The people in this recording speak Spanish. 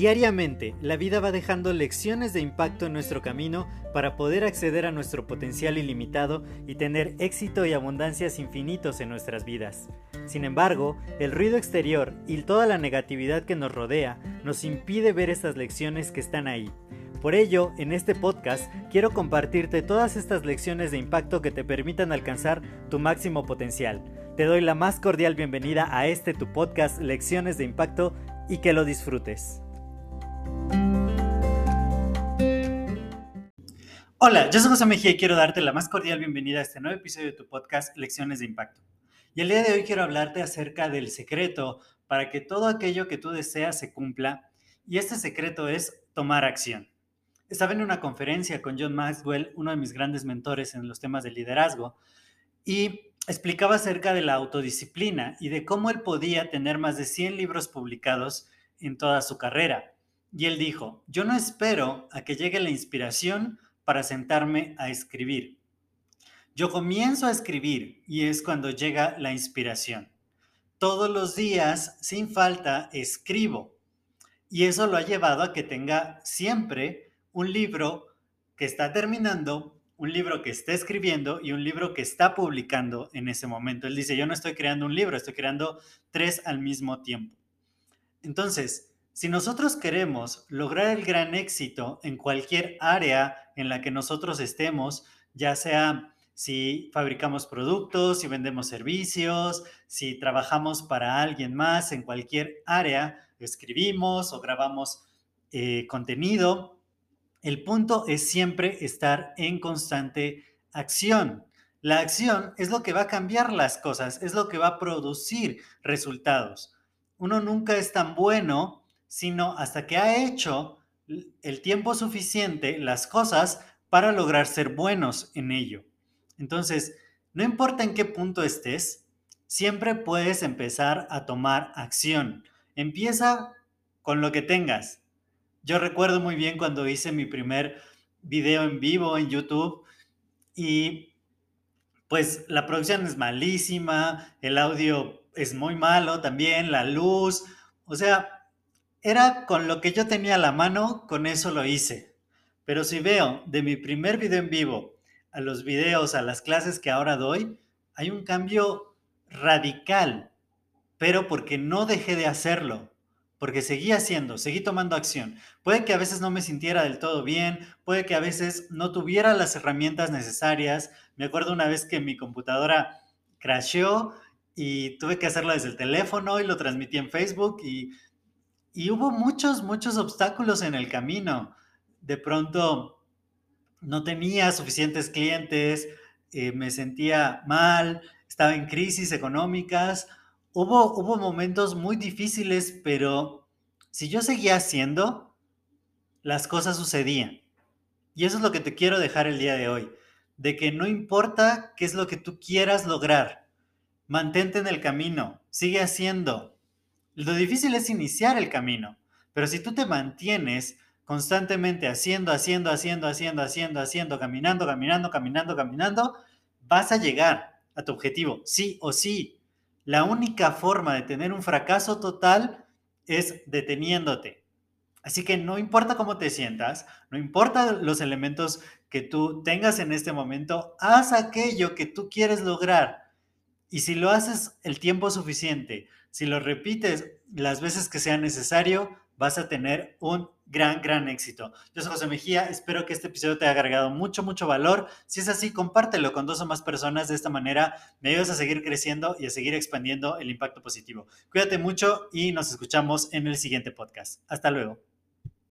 Diariamente, la vida va dejando lecciones de impacto en nuestro camino para poder acceder a nuestro potencial ilimitado y tener éxito y abundancias infinitos en nuestras vidas. Sin embargo, el ruido exterior y toda la negatividad que nos rodea nos impide ver estas lecciones que están ahí. Por ello, en este podcast quiero compartirte todas estas lecciones de impacto que te permitan alcanzar tu máximo potencial. Te doy la más cordial bienvenida a tu podcast Lecciones de Impacto y que lo disfrutes. Hola, yo soy José Mejía y quiero darte la más cordial bienvenida a este nuevo episodio de tu podcast Lecciones de Impacto. Y el día de hoy quiero hablarte acerca del secreto para que todo aquello que tú deseas se cumpla, y este secreto es tomar acción. Estaba en una conferencia con John Maxwell, uno de mis grandes mentores en los temas de liderazgo, y explicaba acerca de la autodisciplina y de cómo él podía tener más de 100 libros publicados en toda su carrera. Y él dijo: yo no espero a que llegue la inspiración para sentarme a escribir. Yo comienzo a escribir y es cuando llega la inspiración. Todos los días, sin falta, escribo. Y eso lo ha llevado a que tenga siempre un libro que está terminando, un libro que está escribiendo y un libro que está publicando en ese momento. Él dice: yo no estoy creando un libro, estoy creando 3 al mismo tiempo. Entonces, si nosotros queremos lograr el gran éxito en cualquier área en la que nosotros estemos, ya sea si fabricamos productos, si vendemos servicios, si trabajamos para alguien más, en cualquier área, escribimos o grabamos contenido, el punto es siempre estar en constante acción. La acción es lo que va a cambiar las cosas, es lo que va a producir resultados. Uno nunca es tan bueno sino hasta que ha hecho el tiempo suficiente las cosas para lograr ser buenos en ello. Entonces, no importa en qué punto estés, siempre puedes empezar a tomar acción. Empieza con lo que tengas. Yo recuerdo muy bien cuando hice mi primer video en vivo en YouTube y pues la producción es malísima, el audio es muy malo también, la luz, o sea, era con lo que yo tenía a la mano, con eso lo hice. Pero si veo de mi primer video en vivo a los videos, a las clases que ahora doy, hay un cambio radical, pero porque no dejé de hacerlo, porque seguí haciendo, seguí tomando acción. Puede que a veces no me sintiera del todo bien, puede que a veces no tuviera las herramientas necesarias. Me acuerdo una vez que mi computadora crasheó y tuve que hacerlo desde el teléfono y lo transmití en Facebook y hubo muchos obstáculos en el camino. De pronto no tenía suficientes clientes, me sentía mal, estaba en crisis económicas. Hubo momentos muy difíciles, pero si yo seguía haciendo, las cosas sucedían. Y eso es lo que te quiero dejar el día de hoy, de que no importa qué es lo que tú quieras lograr, mantente en el camino, sigue haciendo. Lo difícil es iniciar el camino, pero si tú te mantienes constantemente haciendo, caminando, vas a llegar a tu objetivo, sí o sí. La única forma de tener un fracaso total es deteniéndote. Así que no importa cómo te sientas, no importa los elementos que tú tengas en este momento, haz aquello que tú quieres lograr. Y si lo haces el tiempo suficiente, si lo repites las veces que sea necesario, vas a tener un gran éxito. Yo soy José Mejía, espero que este episodio te haya agregado mucho valor. Si es así, compártelo con 2 o más personas. De esta manera me ayudas a seguir creciendo y a seguir expandiendo el impacto positivo. Cuídate mucho y nos escuchamos en el siguiente podcast. Hasta luego.